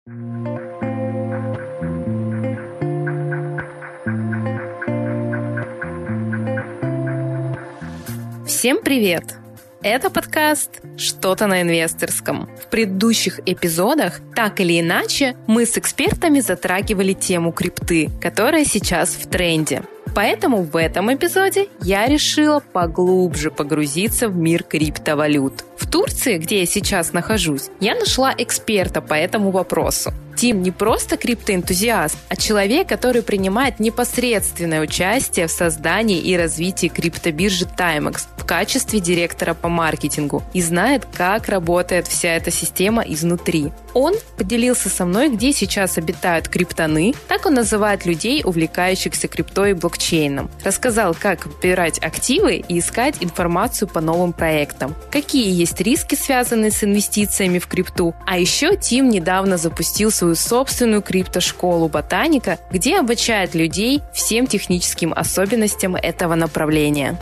Всем привет! Это подкаст «Что-то на инвесторском». В предыдущих эпизодах, так или иначе, мы с экспертами затрагивали тему крипты, которая сейчас в тренде. Поэтому в этом эпизоде я решила поглубже погрузиться в мир криптовалют. В Турции, где я сейчас нахожусь, я нашла эксперта по этому вопросу. Тим не просто криптоэнтузиаст, а человек, который принимает непосредственное участие в создании и развитии криптобиржи Timex в качестве директора по маркетингу и знает, как работает вся эта система изнутри. Он поделился со мной, где сейчас обитают криптоны, так он называет людей, увлекающихся криптой и блокчейном. Рассказал, как выбирать активы и искать информацию по новым проектам, какие есть риски, связанные с инвестициями в крипту. А еще Тим недавно запустил свою собственную криптошколу «Ботаника», где обучает людей всем техническим особенностям этого направления.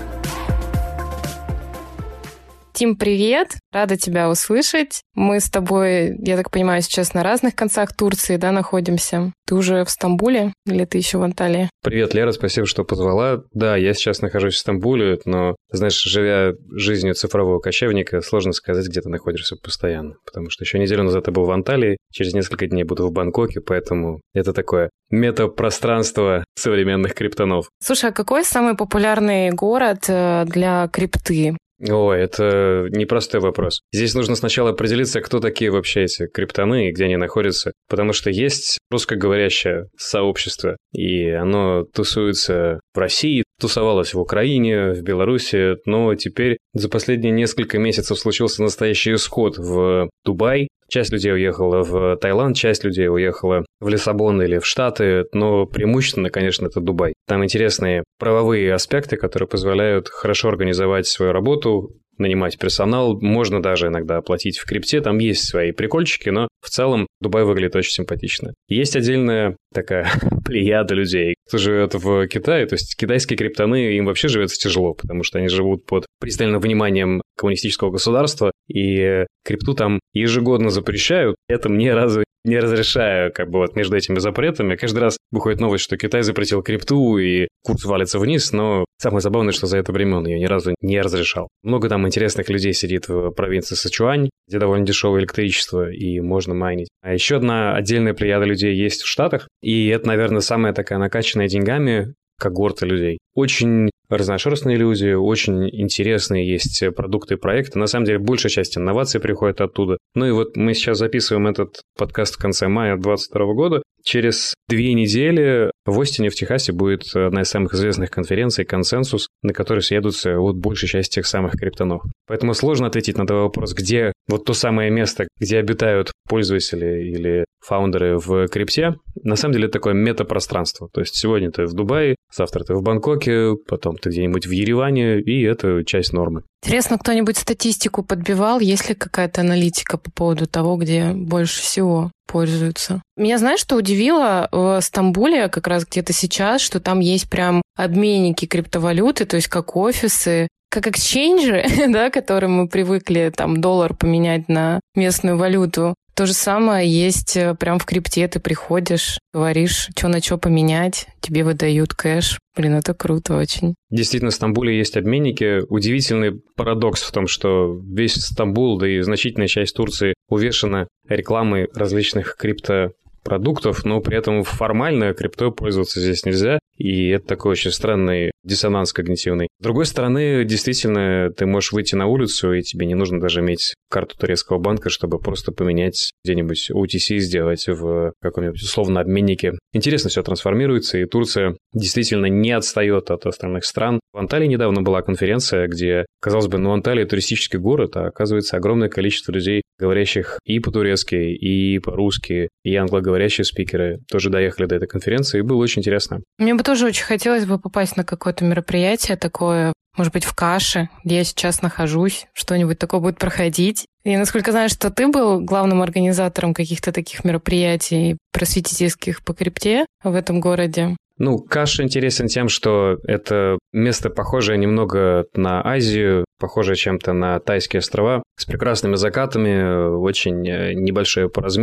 Тим, привет! Рада тебя услышать. Мы с тобой, я так понимаю, сейчас на разных концах Турции, да, находимся. Ты уже в Стамбуле или ты еще в Анталии? Привет, Лера, спасибо, что позвала. Да, я сейчас нахожусь в Стамбуле, но, знаешь, живя жизнью цифрового кочевника, сложно сказать, где ты находишься постоянно. Потому что еще неделю назад я был в Анталии, через несколько дней буду в Бангкоке, поэтому это такое метапространство современных криптонов. Слушай, а какой самый популярный город для крипты? Ой, это непростой вопрос. Здесь нужно сначала определиться, кто такие вообще эти криптоны и где они находятся, потому что есть русскоговорящее сообщество, и оно тусуется в России, тусовалось в Украине, в Беларуси, но теперь за последние несколько месяцев случился настоящий исход в Дубай. Часть людей уехала в Таиланд, часть людей уехала в Лиссабон или в Штаты, но преимущественно, конечно, это Дубай. Там интересные правовые аспекты, которые позволяют хорошо организовать свою работу, нанимать персонал, можно даже иногда оплатить в крипте, там есть свои прикольчики, но в целом Дубай выглядит очень симпатично. Есть отдельная такая плеяда людей, кто живет в Китае, то есть китайские криптоны, им вообще живется тяжело, потому что они живут под пристальным вниманием коммунистического государства, и крипту там ежегодно запрещают, это мне разу не разрешаю, между этими запретами. Каждый раз выходит новость, что Китай запретил крипту, и курс валится вниз, но самое забавное, что за это время он ее ни разу не разрешал. Много там интересных людей сидит в провинции Сычуань, где довольно дешевое электричество, и можно майнить. А еще одна отдельная плеяда людей есть в Штатах, и это, наверное, самая такая накачанная деньгами когорта людей. Очень разношерстные люди, очень интересные есть продукты и проекты. На самом деле, большая часть инноваций приходит оттуда. Ну и вот мы сейчас записываем этот подкаст в конце мая 2022 года. Через 2 недели в Остине, в Техасе, будет одна из самых известных конференций «Консенсус», на которой съедутся большая часть тех самых криптонов. Поэтому сложно ответить на твой вопрос, где то самое место, где обитают пользователи или фаундеры в крипте. На самом деле это такое метапространство. То есть сегодня ты в Дубае, завтра ты в Бангкоке, потом ты где-нибудь в Ереване, и это часть нормы. Интересно, кто-нибудь статистику подбивал? Есть ли какая-то аналитика по поводу того, где больше всего пользуются? Меня, знаешь, что удивило в Стамбуле, как раз где-то сейчас, что там есть прям обменники криптовалюты, то есть как офисы, как эксчейнджи, да, к которым мы привыкли там доллар поменять на местную валюту. То же самое есть прям в крипте. Ты приходишь, говоришь, что на что поменять, тебе выдают кэш. Блин, это круто очень. Действительно, в Стамбуле есть обменники. Удивительный парадокс в том, что весь Стамбул, да и значительная часть Турции увешана рекламой различных криптопродуктов, но при этом формально криптой пользоваться здесь нельзя. И это такой очень странный диссонанс когнитивный. С другой стороны, действительно, ты можешь выйти на улицу, и тебе не нужно даже иметь карту турецкого банка, чтобы просто поменять где-нибудь OTC, сделать в каком-нибудь условно обменнике. Интересно все трансформируется, и Турция действительно не отстает от остальных стран. В Анталии недавно была конференция, где, казалось бы, Анталия туристический город, а оказывается огромное количество людей, говорящих и по-турецки, и по-русски, и англоговорящие спикеры тоже доехали до этой конференции, и было очень интересно. Мне бы тоже очень хотелось бы попасть на какое-то мероприятие такое, может быть, в Каше, где я сейчас нахожусь, что-нибудь такое будет проходить. И насколько знаю, что ты был главным организатором каких-то таких мероприятий просветительских по крипте в этом городе. Каш интересен тем, что это место похожее немного на Азию, похожее чем-то на Тайские острова, с прекрасными закатами, очень небольшое по размеру,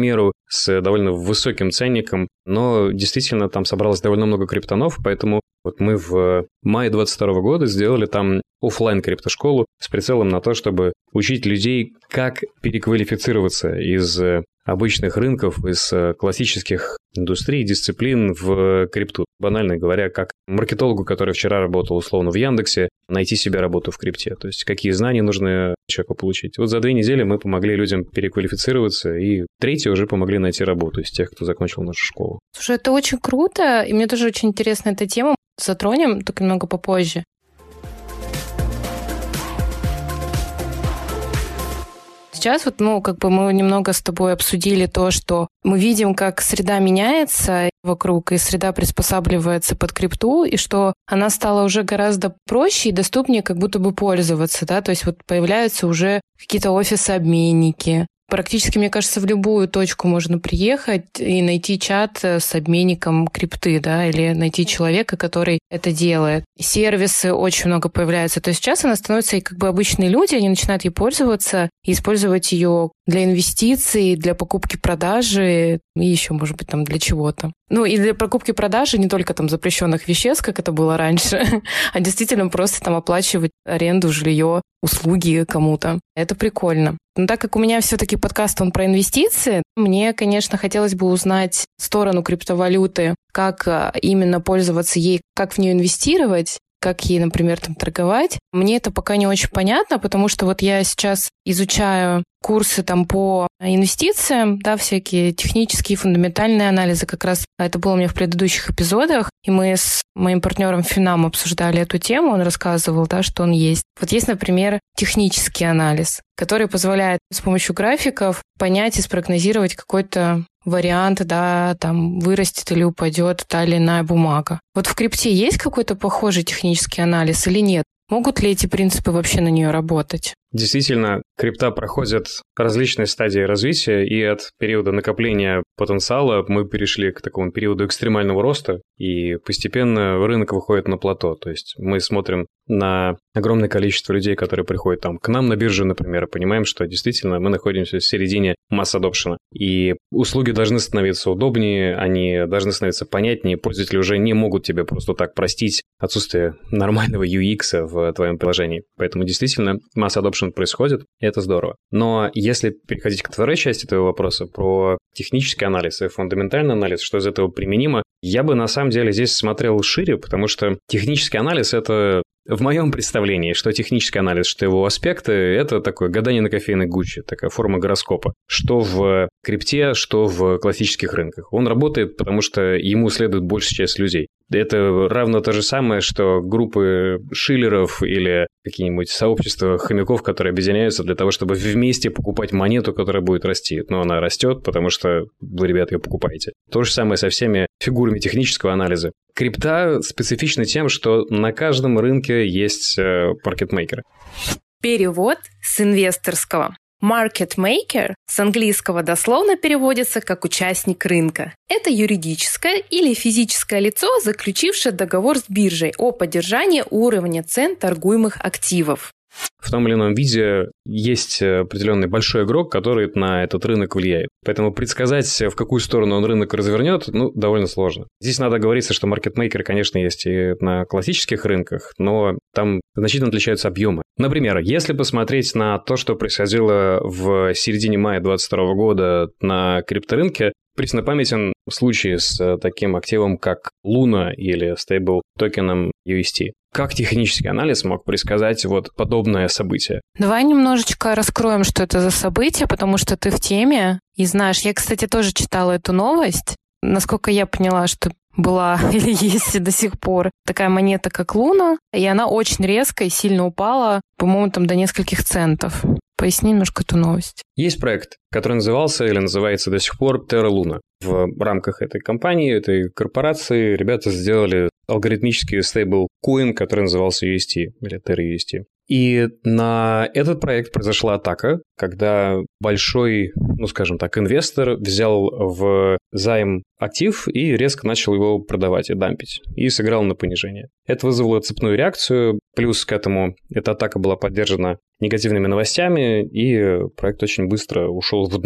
с довольно высоким ценником, но действительно там собралось довольно много криптонов, поэтому вот мы в мае 2022 года сделали там офлайн криптошколу с прицелом на то, чтобы учить людей, как переквалифицироваться из обычных рынков, из классических индустрий, дисциплин в крипту. Банально говоря, как маркетологу, который вчера работал условно в Яндексе, найти себе работу в крипте. То есть какие знания нужно человеку получить. Вот за 2 недели мы помогли людям переквалифицироваться, и 3 уже помогли найти работу из тех, кто закончил нашу школу. Слушай, это очень круто, и мне тоже очень интересна эта тема. Затронем только немного попозже. Сейчас вот, мы немного с тобой обсудили то, что мы видим, как среда меняется вокруг, и среда приспосабливается под крипту, и что она стала уже гораздо проще и доступнее как будто бы пользоваться, да, то есть вот появляются уже какие-то офисы-обменники. Практически, мне кажется, в любую точку можно приехать и найти чат с обменником крипты, да, или найти человека, который это делает. Сервисы очень много появляются. То есть сейчас она становится, и как бы обычные люди, они начинают ей пользоваться и использовать ее для инвестиций, для покупки-продажи и еще, может быть, там для чего-то. И для покупки-продажи не только там запрещенных веществ, как это было раньше, а действительно просто там оплачивать аренду, жилье, услуги кому-то. Это прикольно. Но так как у меня все-таки подкаст, он про инвестиции, мне, конечно, хотелось бы узнать сторону криптовалюты, как именно пользоваться ей, как в нее инвестировать, как ей, например, там торговать. Мне это пока не очень понятно, потому что вот я сейчас изучаю курсы там по инвестициям, да, всякие технические, фундаментальные анализы. Как раз это было у меня в предыдущих эпизодах, и мы с моим партнером Финам обсуждали эту тему, он рассказывал, да, что он есть. Вот есть, например, технический анализ, который позволяет с помощью графиков понять и спрогнозировать какой-то вариант, да, там вырастет или упадет та или иная бумага. Вот в крипте есть какой-то похожий технический анализ или нет? Могут ли эти принципы вообще на нее работать? Действительно, крипта проходит различные стадии развития, и от периода накопления потенциала мы перешли к такому периоду экстремального роста, и постепенно рынок выходит на плато. То есть мы смотрим на огромное количество людей, которые приходят там к нам на биржу, например, и понимаем, что действительно мы находимся в середине масс-адопшена. И услуги должны становиться удобнее, они должны становиться понятнее, пользователи уже не могут тебе просто так простить отсутствие нормального UX в твоем приложении. Поэтому действительно масс-адопшен происходит, и это здорово. Но если переходить к второй части твоего вопроса про технический анализ и фундаментальный анализ, что из этого применимо, я бы на самом деле здесь смотрел шире, потому что технический анализ — это в моем представлении, что технический анализ, что его аспекты — это такое гадание на кофейной гуще, такая форма гороскопа. Что в крипте, что в классических рынках. Он работает, потому что ему следует большая часть людей. Это равно то же самое, что группы шиллеров или какие-нибудь сообщества хомяков, которые объединяются для того, чтобы вместе покупать монету, которая будет расти. Но она растет, потому что вы, ребята, ее покупаете. То же самое со всеми фигурами технического анализа. Крипта специфична тем, что на каждом рынке есть маркетмейкеры. Перевод с инвесторского. Market maker с английского дословно переводится как «участник рынка». Это юридическое или физическое лицо, заключившее договор с биржей о поддержании уровня цен торгуемых активов. В том или ином виде есть определенный большой игрок, который на этот рынок влияет. Поэтому предсказать, в какую сторону он рынок развернет, довольно сложно. Здесь надо говориться, что маркетмейкеры, конечно, есть и на классических рынках, но там значительно отличаются объемы. Например, если посмотреть на то, что происходило в середине мая 2022 года на крипторынке, преснопамятен случай с таким активом, как Luna или стейбл токеном UST. Как технический анализ мог предсказать вот подобное событие? Давай немножечко раскроем, что это за событие, потому что ты в теме и знаешь. Я, кстати, тоже читала эту новость. Насколько я поняла, что была или есть до сих пор такая монета, как Луна, и она очень резко и сильно упала, по-моему, там до нескольких центов. Поясни немножко эту новость. Есть проект, который назывался или называется до сих пор Terra Luna. В рамках этой компании, этой корпорации ребята сделали алгоритмический стейблкоин, который назывался UST или Terra UST. И на этот проект произошла атака, когда большой, скажем так, инвестор взял в займ актив и резко начал его продавать и дампить, и сыграл на понижение. Это вызвало цепную реакцию, плюс к этому эта атака была поддержана негативными новостями, и проект очень быстро ушел в дно.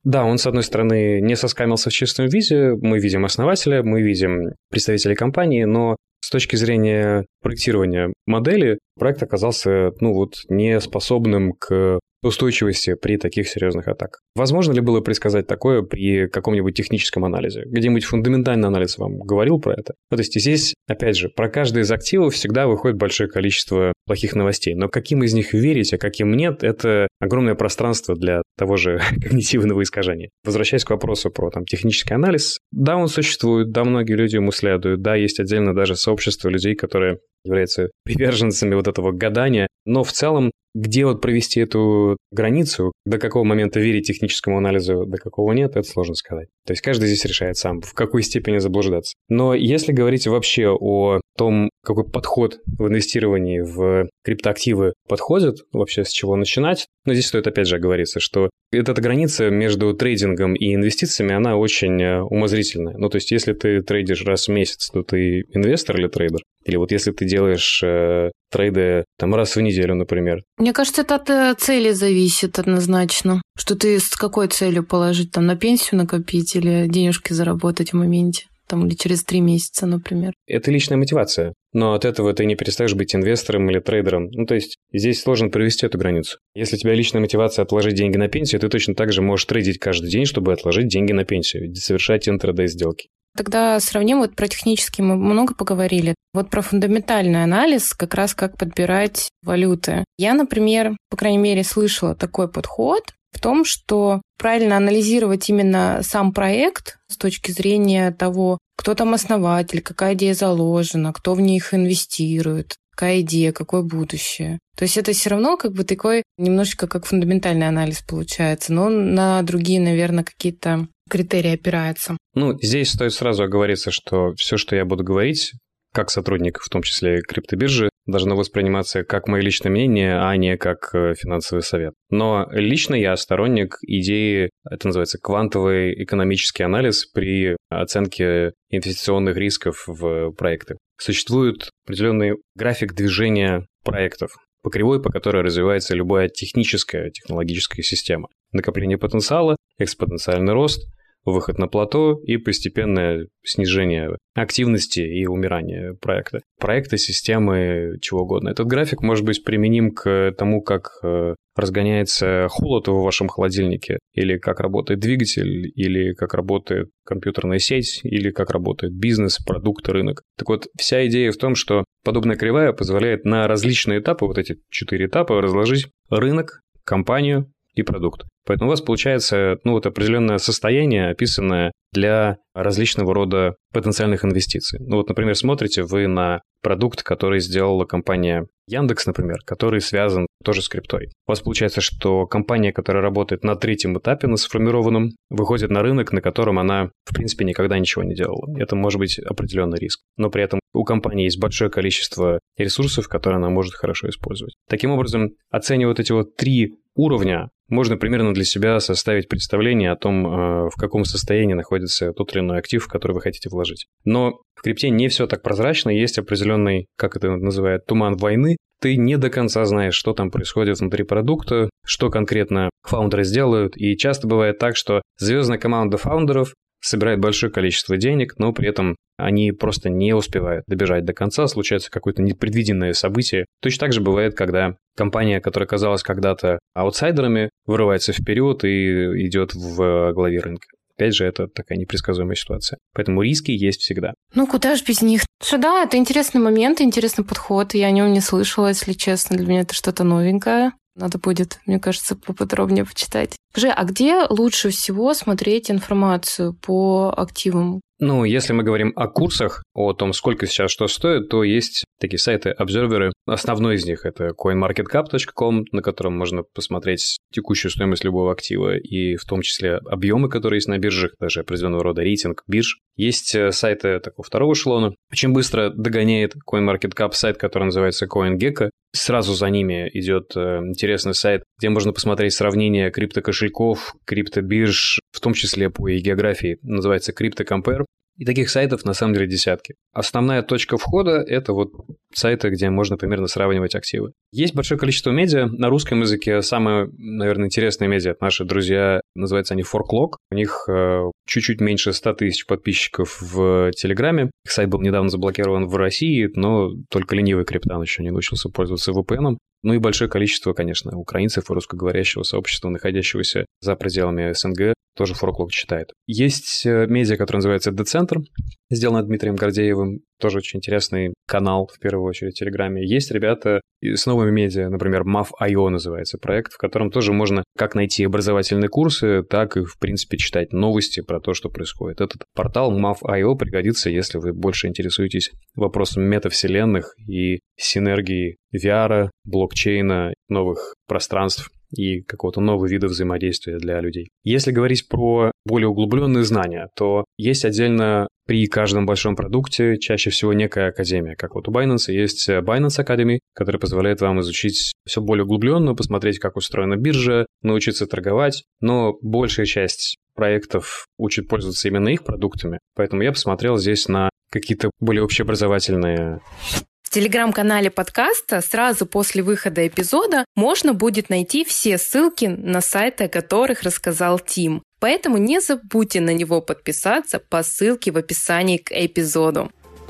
Да, он, с одной стороны, не соскамился в чистом виде, мы видим основателя, мы видим представителей компании, но с точки зрения проектирования модели проект оказался, не способным к устойчивости при таких серьезных атаках. Возможно ли было предсказать такое при каком-нибудь техническом анализе? Где-нибудь фундаментальный анализ вам говорил про это? То есть здесь, опять же, про каждый из активов всегда выходит большое количество плохих новостей. Но каким из них верить, а каким нет, это огромное пространство для того же когнитивного искажения. Возвращаясь к вопросу про технический анализ, да, он существует, да, многие люди ему следуют, да, есть отдельно даже сообщество людей, которые являются приверженцами этого гадания, но в целом, где провести эту границу, до какого момента верить техническому анализу, до какого нет, это сложно сказать. То есть каждый здесь решает сам, в какой степени заблуждаться. Но если говорить вообще о том, какой подход в инвестировании в криптоактивы подходит, вообще с чего начинать, здесь стоит опять же оговориться, что эта граница между трейдингом и инвестициями, она очень умозрительная. То есть если ты трейдишь раз в месяц, то ты инвестор или трейдер? Или если ты делаешь трейды раз в неделю, например. Мне кажется, это от цели зависит однозначно. Что ты с какой целью положить, на пенсию накопить или денежки заработать в моменте. Или через 3 месяца, например. Это личная мотивация. Но от этого ты не перестаешь быть инвестором или трейдером. То есть здесь сложно провести эту границу. Если у тебя личная мотивация отложить деньги на пенсию, ты точно так же можешь трейдить каждый день, чтобы отложить деньги на пенсию, совершать интрадей сделки. Тогда сравним, про технический мы много поговорили. Про фундаментальный анализ, как раз как подбирать валюты. Я, например, по крайней мере, слышала такой подход в том, что правильно анализировать именно сам проект с точки зрения того, кто там основатель, какая идея заложена, кто в них инвестирует, какая идея, какое будущее. То есть это все равно такой немножечко как фундаментальный анализ получается, но на другие, наверное, какие-то критерии опирается. Здесь стоит сразу оговориться, что все, что я буду говорить, как сотрудник, в том числе криптобиржи, должно восприниматься как мое личное мнение, а не как финансовый совет. Но лично я сторонник идеи, это называется квантовый экономический анализ при оценке инвестиционных рисков в проекты. Существует определенный график движения проектов по кривой, по которой развивается любая технологическая система. Накопление потенциала, экспоненциальный рост, выход на плато и постепенное снижение активности и умирание проекта. Проекты, системы, чего угодно. Этот график может быть применим к тому, как разгоняется холод в вашем холодильнике, или как работает двигатель, или как работает компьютерная сеть, или как работает бизнес, продукт, рынок. Так вот, вся идея в том, что подобная кривая позволяет на различные этапы, эти 4 этапа, разложить рынок, компанию и продукт. Поэтому у вас получается определенное состояние, описанное для различного рода потенциальных инвестиций. Например, смотрите вы на продукт, который сделала компания Яндекс, например, который связан тоже с криптой. У вас получается, что компания, которая работает на 3-м этапе, на сформированном, выходит на рынок, на котором она, в принципе, никогда ничего не делала. Это может быть определенный риск. Но при этом у компании есть большое количество ресурсов, которые она может хорошо использовать. Таким образом, оценивая 3 уровня, можно примерно для себя составить представление о том, в каком состоянии находится тот или иной актив, в который вы хотите вложить. Но в крипте не все так прозрачно, есть определенный, как это называют, туман войны. Ты не до конца знаешь, что там происходит внутри продукта, что конкретно фаундеры сделают, и часто бывает так, что звездная команда фаундеров собирает большое количество денег, но при этом они просто не успевают добежать до конца, случается какое-то непредвиденное событие. Точно так же бывает, когда компания, которая казалась когда-то аутсайдерами, вырывается вперед и идет в главе рынка. Опять же, это такая непредсказуемая ситуация. Поэтому риски есть всегда. Куда же без них? Да, это интересный момент, интересный подход. Я о нем не слышала, если честно. Для меня это что-то новенькое. Надо будет, мне кажется, поподробнее почитать. Скажи, а где лучше всего смотреть информацию по активам? Если мы говорим о курсах, о том, сколько сейчас что стоит, то есть такие сайты, обзерверы. Основной из них – это coinmarketcap.com, на котором можно посмотреть текущую стоимость любого актива и в том числе объемы, которые есть на биржах, даже определенного рода рейтинг бирж. Есть сайты такого второго эшелона. Очень быстро догоняет CoinMarketCap сайт, который называется CoinGecko. Сразу за ними идет интересный сайт, где можно посмотреть сравнение криптокошельков, криптобирж, в том числе по географии. Называется CryptoCompare. И таких сайтов на самом деле десятки. Основная точка входа – это вот сайты, где можно примерно сравнивать активы. Есть большое количество медиа. На русском языке самые, наверное, интересные медиа – наши друзья, называются они Forklog. У них чуть-чуть меньше 100 тысяч подписчиков в Телеграме. Их сайт был недавно заблокирован в России, но только ленивый криптан еще не научился пользоваться VPN-ом. Ну и большое количество, конечно, украинцев и русскоговорящего сообщества, находящегося за пределами СНГ, тоже Forklog читает. Есть медиа, который называется Децентр, сделано Дмитрием Гордеевым, тоже очень интересный канал, в первую очередь, в Телеграме. Есть ребята с новыми медиа, например, Mav.io называется проект, в котором тоже можно как найти образовательные курсы, так и, в принципе, читать новости про то, что происходит. Этот портал Mav.io пригодится, если вы больше интересуетесь вопросом метавселенных и синергии VR, блокчейна, новых пространств и какого-то нового вида взаимодействия для людей. Если говорить про более углубленные знания, то есть отдельно при каждом большом продукте чаще всего некая академия. Как вот у Binance есть Binance Academy, которая позволяет вам изучить все более углубленно, посмотреть, как устроена биржа, научиться торговать, но большая часть проектов учат пользоваться именно их продуктами, поэтому я посмотрел здесь на какие-то более общеобразовательные. В телеграм-канале подкаста сразу после выхода эпизода можно будет найти все ссылки на сайты, о которых рассказал Тим. Поэтому не забудьте на него подписаться по ссылке в описании к эпизоду.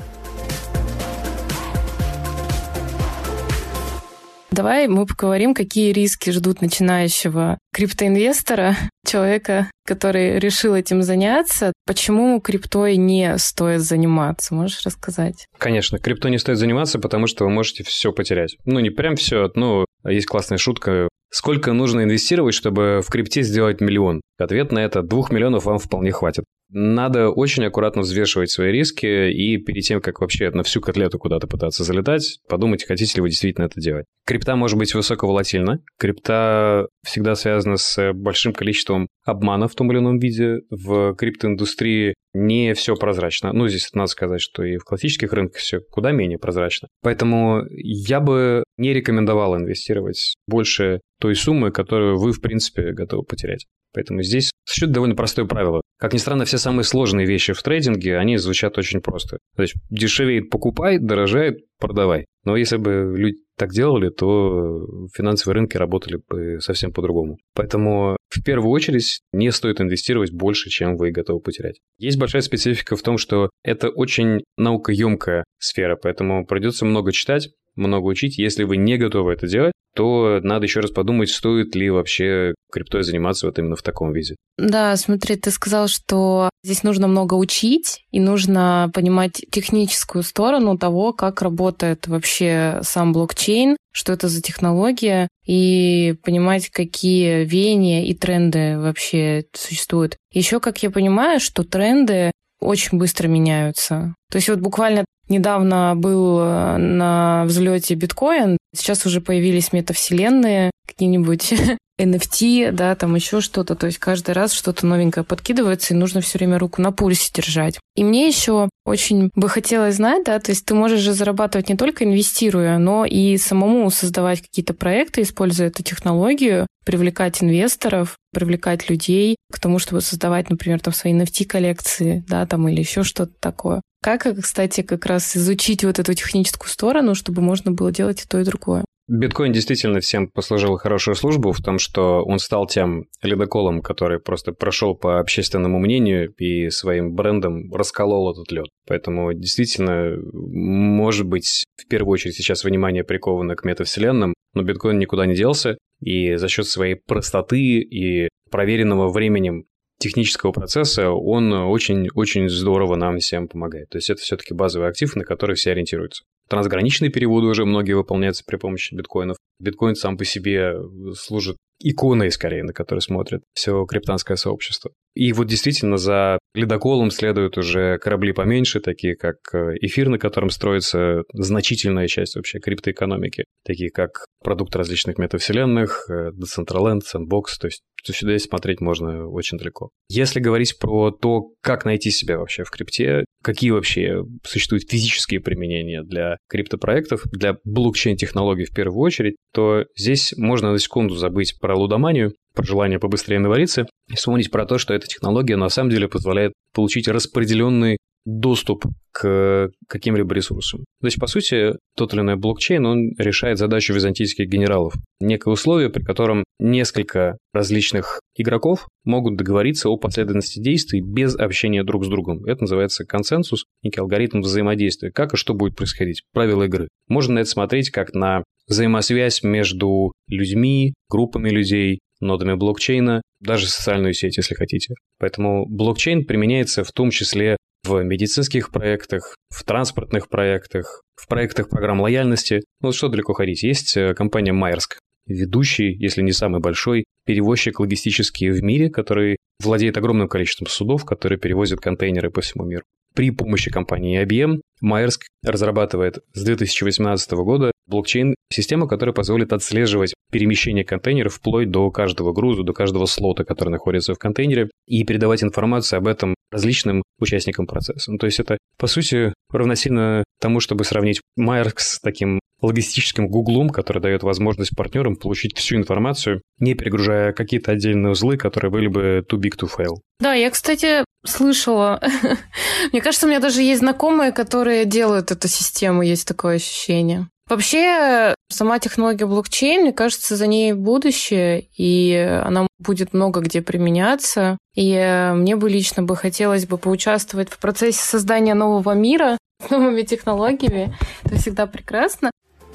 Давай мы поговорим, какие риски ждут начинающего криптоинвестора, человека, который решил этим заняться. Почему криптой не стоит заниматься? Можешь рассказать? Конечно, криптой не стоит заниматься, потому что вы можете все потерять. Ну, не прям все, но есть классная шутка. Сколько нужно инвестировать, чтобы в крипте сделать миллион? Ответ на это: 2 миллионов вам вполне хватит. Надо очень аккуратно взвешивать свои риски и перед тем, как вообще на всю котлету куда-то пытаться залетать, подумайте, хотите ли вы действительно это делать. Крипта может быть высоковолатильна. Крипта всегда связана с большим количеством обмана в том или ином виде. В криптоиндустрии не все прозрачно. Ну, здесь надо сказать, что и в классических рынках все куда менее прозрачно. Поэтому я бы не рекомендовал инвестировать больше той суммы, которую вы, в принципе, готовы потерять. Поэтому здесь существует довольно простое правило. Как ни странно, все самые сложные вещи в трейдинге, они звучат очень просто. То есть дешевеет — покупай, дорожает — продавай. Но если бы люди так делали, то финансовые рынки работали бы совсем по-другому. Поэтому в первую очередь не стоит инвестировать больше, чем вы готовы потерять. Есть большая специфика в том, что это очень наукоемкая сфера, поэтому придется много читать, много учить. Если вы не готовы это делать, то надо еще раз подумать, стоит ли вообще криптой заниматься вот именно в таком виде. Да, смотри, ты сказал, что здесь нужно много учить, и нужно понимать техническую сторону того, как работает вообще сам блокчейн, что это за технология, и понимать, какие веяния и тренды вообще существуют. Еще, как я понимаю, что тренды очень быстро меняются. То есть вот буквально недавно был на взлете биткоин, сейчас уже появились метавселенные, какие-нибудь NFT, да, там еще что-то. То есть каждый раз что-то новенькое подкидывается, и нужно все время руку на пульсе держать. И мне еще очень бы хотелось знать, да, то есть ты можешь же зарабатывать не только инвестируя, но и самому создавать какие-то проекты, используя эту технологию, привлекать инвесторов, привлекать людей к тому, чтобы создавать, например, там свои NFT-коллекции, да, там или еще что-то такое. Как, кстати, как раз изучить вот эту техническую сторону, чтобы можно было делать и то, и другое? Биткоин действительно всем послужил хорошую службу в том, что он стал тем ледоколом, который просто прошел по общественному мнению и своим брендом расколол этот лед. Поэтому действительно, может быть, в первую очередь сейчас внимание приковано к метавселенным, но биткоин никуда не делся, и за счет своей простоты и проверенного временем технического процесса он очень-очень здорово нам всем помогает. То есть это все-таки базовый актив, на который все ориентируются. Трансграничные переводы уже многие выполняются при помощи биткоинов. Биткоин сам по себе служит иконой, скорее, на которой смотрит все криптанское сообщество. И вот действительно за ледоколом следуют уже корабли поменьше, такие как эфир, на котором строится значительная часть вообще криптоэкономики, такие как продукты различных метавселенных, Decentraland, Sandbox, то есть сюда смотреть можно очень далеко. Если говорить про то, как найти себя вообще в крипте, какие вообще существуют физические применения для криптопроектов, для блокчейн-технологий в первую очередь, то здесь можно на секунду забыть про лудоманию, про желание побыстрее навариться и вспомнить про то, что эта технология на самом деле позволяет получить распределенный доступ к каким-либо ресурсам. То есть, по сути, тот или иной блокчейн, он решает задачу византийских генералов. Некое условие, при котором несколько различных игроков могут договориться о последовательности действий без общения друг с другом. Это называется консенсус, некий алгоритм взаимодействия. Как и что будет происходить? Правила игры. Можно на это смотреть как на взаимосвязь между людьми, группами людей, нодами блокчейна, даже социальную сеть, если хотите. Поэтому блокчейн применяется в том числе в медицинских проектах, в транспортных проектах, в проектах программ лояльности. Вот что далеко ходить. Есть компания Maersk, ведущий, если не самый большой, перевозчик логистический в мире, который владеет огромным количеством судов, которые перевозят контейнеры по всему миру. При помощи компании IBM Maersk разрабатывает с 2018 года блокчейн-систему, которая позволит отслеживать перемещение контейнеров вплоть до каждого груза, до каждого слота, который находится в контейнере, и передавать информацию об этом различным участникам процесса. То есть это, по сути, равносильно тому, чтобы сравнить Maersk с таким логистическим гуглом, который дает возможность партнерам получить всю информацию, не перегружая какие-то отдельные узлы, которые были бы too big to fail. Да, я, кстати, слышала. Мне кажется, у меня даже есть знакомые, которые делают эту систему, есть такое ощущение. Вообще, сама технология блокчейн, мне кажется, за ней будущее, и она будет много где применяться. И мне бы лично хотелось бы поучаствовать в процессе создания нового мира с новыми технологиями. Это всегда прекрасно.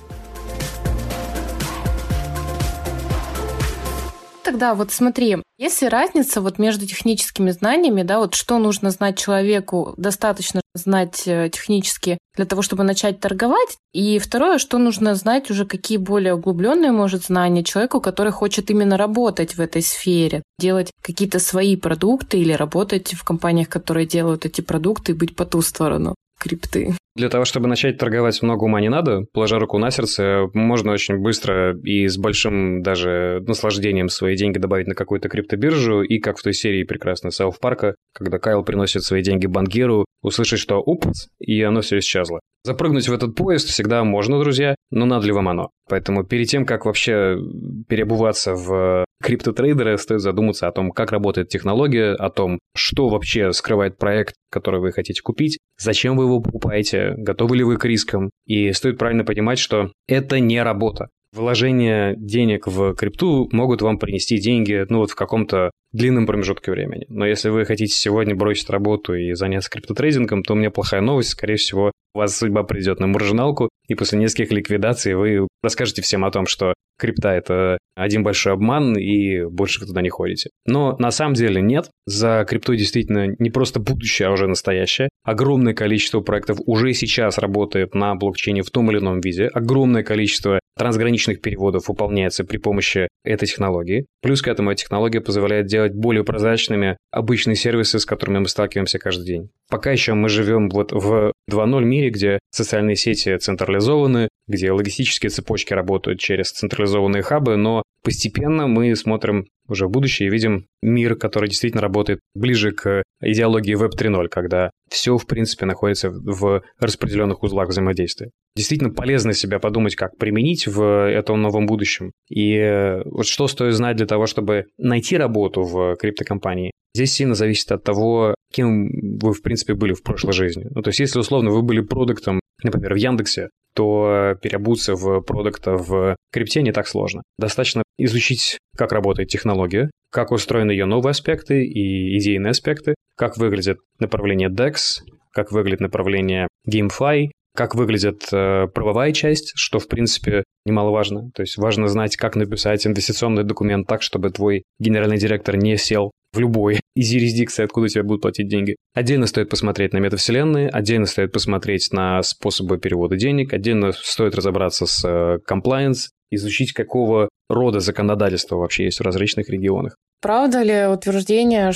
Тогда вот смотри, есть ли разница между техническими знаниями, что нужно знать человеку, достаточно знать технически для того, чтобы начать торговать, и второе, что нужно знать уже, какие более углубленные, может, знания человеку, который хочет именно работать в этой сфере, делать какие-то свои продукты или работать в компаниях, которые делают эти продукты, и быть по ту сторону крипты. Для того, чтобы начать торговать, много ума не надо. Положа руку на сердце, можно очень быстро и с большим даже наслаждением свои деньги добавить на какую-то криптобиржу, и как в той серии прекрасной Саут Парка, когда Кайл приносит свои деньги банкиру, услышать, что «упс», и оно все исчезло. Запрыгнуть в этот поезд всегда можно, друзья, но надо ли вам оно? Поэтому перед тем, как вообще переобуваться в криптотрейдеры, стоит задуматься о том, как работает технология, о том, что вообще скрывает проект, который вы хотите купить, зачем вы его покупаете, готовы ли вы к рискам. И стоит правильно понимать, что это не работа. Вложения денег в крипту могут вам принести деньги, в каком-то длинном промежутке времени. Но если вы хотите сегодня бросить работу и заняться криптотрейдингом, то у меня плохая новость. Скорее всего, у вас судьба придет на маржиналку, и после нескольких ликвидаций вы расскажете всем о том, что крипта – это один большой обман, и больше вы туда не ходите. Но на самом деле нет. За криптой действительно не просто будущее, а уже настоящее. Огромное количество проектов уже сейчас работает на блокчейне в том или ином виде. Огромное количество трансграничных переводов выполняется при помощи этой технологии. Плюс к этому эта технология позволяет делать более прозрачными обычные сервисы, с которыми мы сталкиваемся каждый день. Пока еще мы живем в 2.0 мире, где социальные сети централизованы, где логистические цепочки работают через централизованные хабы, но постепенно мы смотрим уже в будущее и видим мир, который действительно работает ближе к идеологии Web 3.0, когда все, в принципе, находится в распределенных узлах взаимодействия. Действительно полезно себя подумать, как применить в этом новом будущем. И вот что стоит знать для того, чтобы найти работу в криптокомпании. Здесь сильно зависит от того, кем вы, в принципе, были в прошлой жизни. То есть, если, условно, вы были продуктом, например, в Яндексе, то переобуться в продукта в крипте не так сложно. Достаточно изучить, как работает технология, как устроены ее новые аспекты и идейные аспекты, как выглядит направление DEX, как выглядит направление GameFi, как выглядит правовая часть, что, в принципе, немаловажно. То есть важно знать, как написать инвестиционный документ так, чтобы твой генеральный директор не сел в любой из юрисдикций, откуда тебе будут платить деньги. Отдельно стоит посмотреть на метавселенные, отдельно стоит посмотреть на способы перевода денег, отдельно стоит разобраться с compliance, изучить, какого рода законодательство вообще есть в различных регионах. Правда ли утверждение,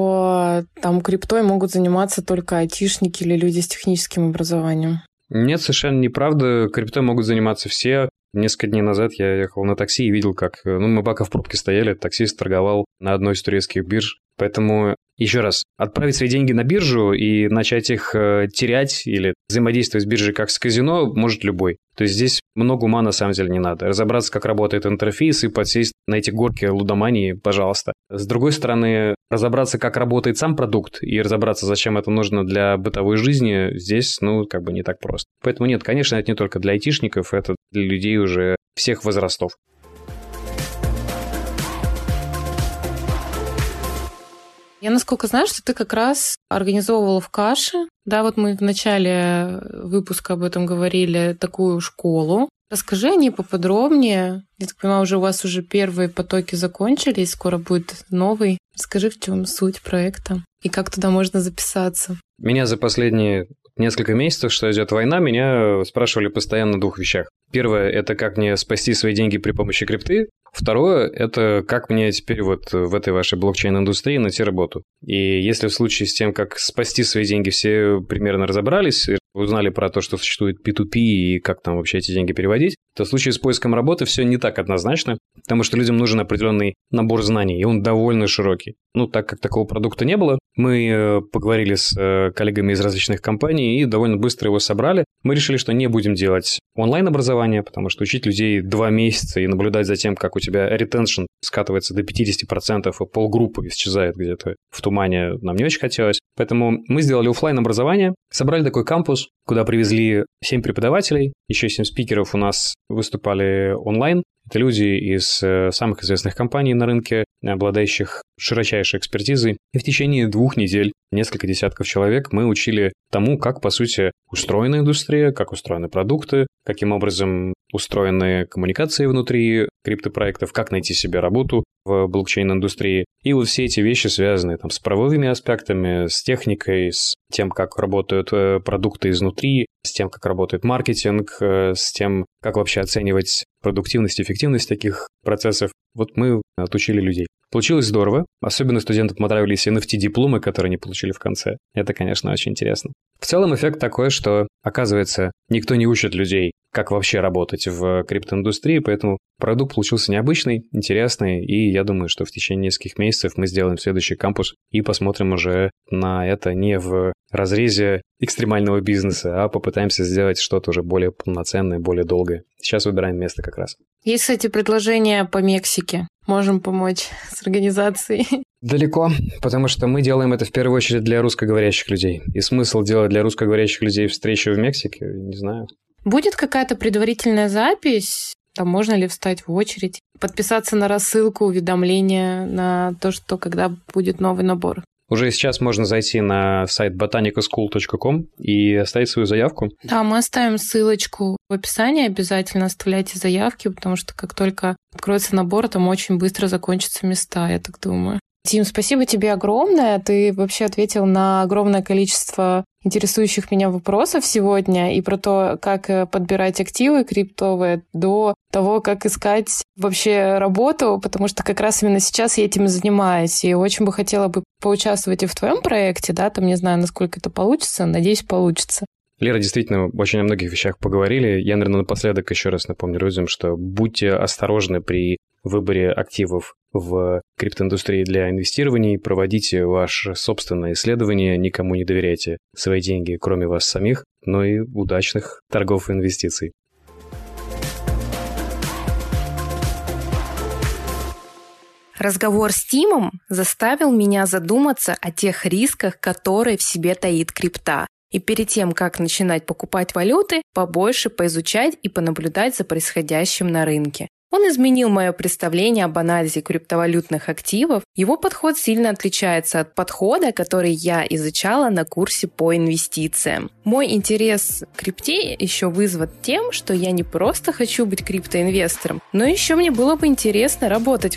что там криптой могут заниматься только айтишники или люди с техническим образованием? Нет, совершенно неправда. Криптой могут заниматься все. Несколько дней назад я ехал на такси и видел, как мы пока в пробке стояли, таксист торговал на одной из турецких бирж Поэтому, еще раз, отправить свои деньги на биржу и начать их терять или взаимодействовать с биржей как с казино может любой. То есть здесь много ума на самом деле не надо. Разобраться, как работает интерфейс, и подсесть на эти горки лудомании, пожалуйста. С другой стороны, разобраться, как работает сам продукт, и разобраться, зачем это нужно для бытовой жизни, здесь, не так просто. Поэтому нет, конечно, это не только для айтишников, это для людей уже всех возрастов. Я, насколько знаю, что ты как раз организовывала в Каше, да, вот мы в начале выпуска об этом говорили, такую школу. Расскажи о ней поподробнее. Я так понимаю, у вас уже первые потоки закончились, скоро будет новый. Расскажи, в чем суть проекта и как туда можно записаться. Меня за последние несколько месяцев, что идет война, меня спрашивали постоянно о двух вещах. Первое – это как мне спасти свои деньги при помощи крипты. Второе – это как мне теперь вот в этой вашей блокчейн-индустрии найти работу. И если в случае с тем, как спасти свои деньги, все примерно разобрались, узнали про то, что существует P2P и как там вообще эти деньги переводить, то в случае с поиском работы все не так однозначно, потому что людям нужен определенный набор знаний, и он довольно широкий. Так как такого продукта не было, мы поговорили с коллегами из различных компаний и довольно быстро его собрали. Мы решили, что не будем делать онлайн-образование, потому что учить людей 2 месяца и наблюдать за тем, как у тебя ретеншн скатывается до 50%, и полгруппы исчезает где-то в тумане, нам не очень хотелось. Поэтому мы сделали офлайн-образование, собрали такой кампус, куда привезли 7 преподавателей, еще 7 спикеров у нас выступали онлайн. Это люди из самых известных компаний на рынке, обладающих широчайшей экспертизой. И в течение 2 недель несколько десятков человек мы учили тому, как, по сути, устроена индустрия, как устроены продукты, каким образом устроены коммуникации внутри криптопроектов, как найти себе работу в блокчейн-индустрии. И вот все эти вещи связаны с правовыми аспектами, с техникой, с тем, как работают продукты изнутри, с тем, как работает маркетинг, с тем, как вообще оценивать продуктивность и эффективность таких процессов. Вот мы отучили людей. Получилось здорово. Особенно студентам понравились NFT-дипломы, которые они получили в конце. Это, конечно, очень интересно. В целом эффект такой, что, оказывается, никто не учит людей, как вообще работать в криптоиндустрии, поэтому продукт получился необычный, интересный, и я думаю, что в течение нескольких месяцев мы сделаем следующий кампус и посмотрим уже на это не в разрезе экстремального бизнеса, а попытаемся сделать что-то уже более полноценное, более долгое. Сейчас выбираем место как раз. Есть, кстати, предложение по Мексике. Можем помочь с организацией. Далеко, потому что мы делаем это в первую очередь для русскоговорящих людей. И смысл делать для русскоговорящих людей встречу в Мексике, не знаю. Будет какая-то предварительная запись? Там можно ли встать в очередь? Подписаться на рассылку, уведомления на то, что когда будет новый набор? Уже сейчас можно зайти на сайт botanicaschool.com и оставить свою заявку. Да, мы оставим ссылочку в описании. Обязательно оставляйте заявки, потому что как только откроется набор, там очень быстро закончатся места, я так думаю. Тим, спасибо тебе огромное. Ты вообще ответил на огромное количество интересующих меня вопросов сегодня и про то, как подбирать активы криптовые, до того, как искать вообще работу, потому что как раз именно сейчас я этим и занимаюсь. И очень бы хотела поучаствовать и в твоем проекте, да, там не знаю, насколько это получится, надеюсь, получится. Лера, действительно, очень о многих вещах поговорили. Я, наверное, напоследок еще раз напомню людям, что будьте осторожны при выборе активов в криптоиндустрии для инвестирований, проводите ваше собственное исследование, никому не доверяйте свои деньги, кроме вас самих, но и удачных торгов и инвестиций. Разговор с Тимом заставил меня задуматься о тех рисках, которые в себе таит крипта. И перед тем, как начинать покупать валюты, побольше поизучать и понаблюдать за происходящим на рынке. Он изменил мое представление об анализе криптовалютных активов. Его подход сильно отличается от подхода, который я изучала на курсе по инвестициям. Мой интерес к крипте еще вызван тем, что я не просто хочу быть криптоинвестором, но еще мне было бы интересно работать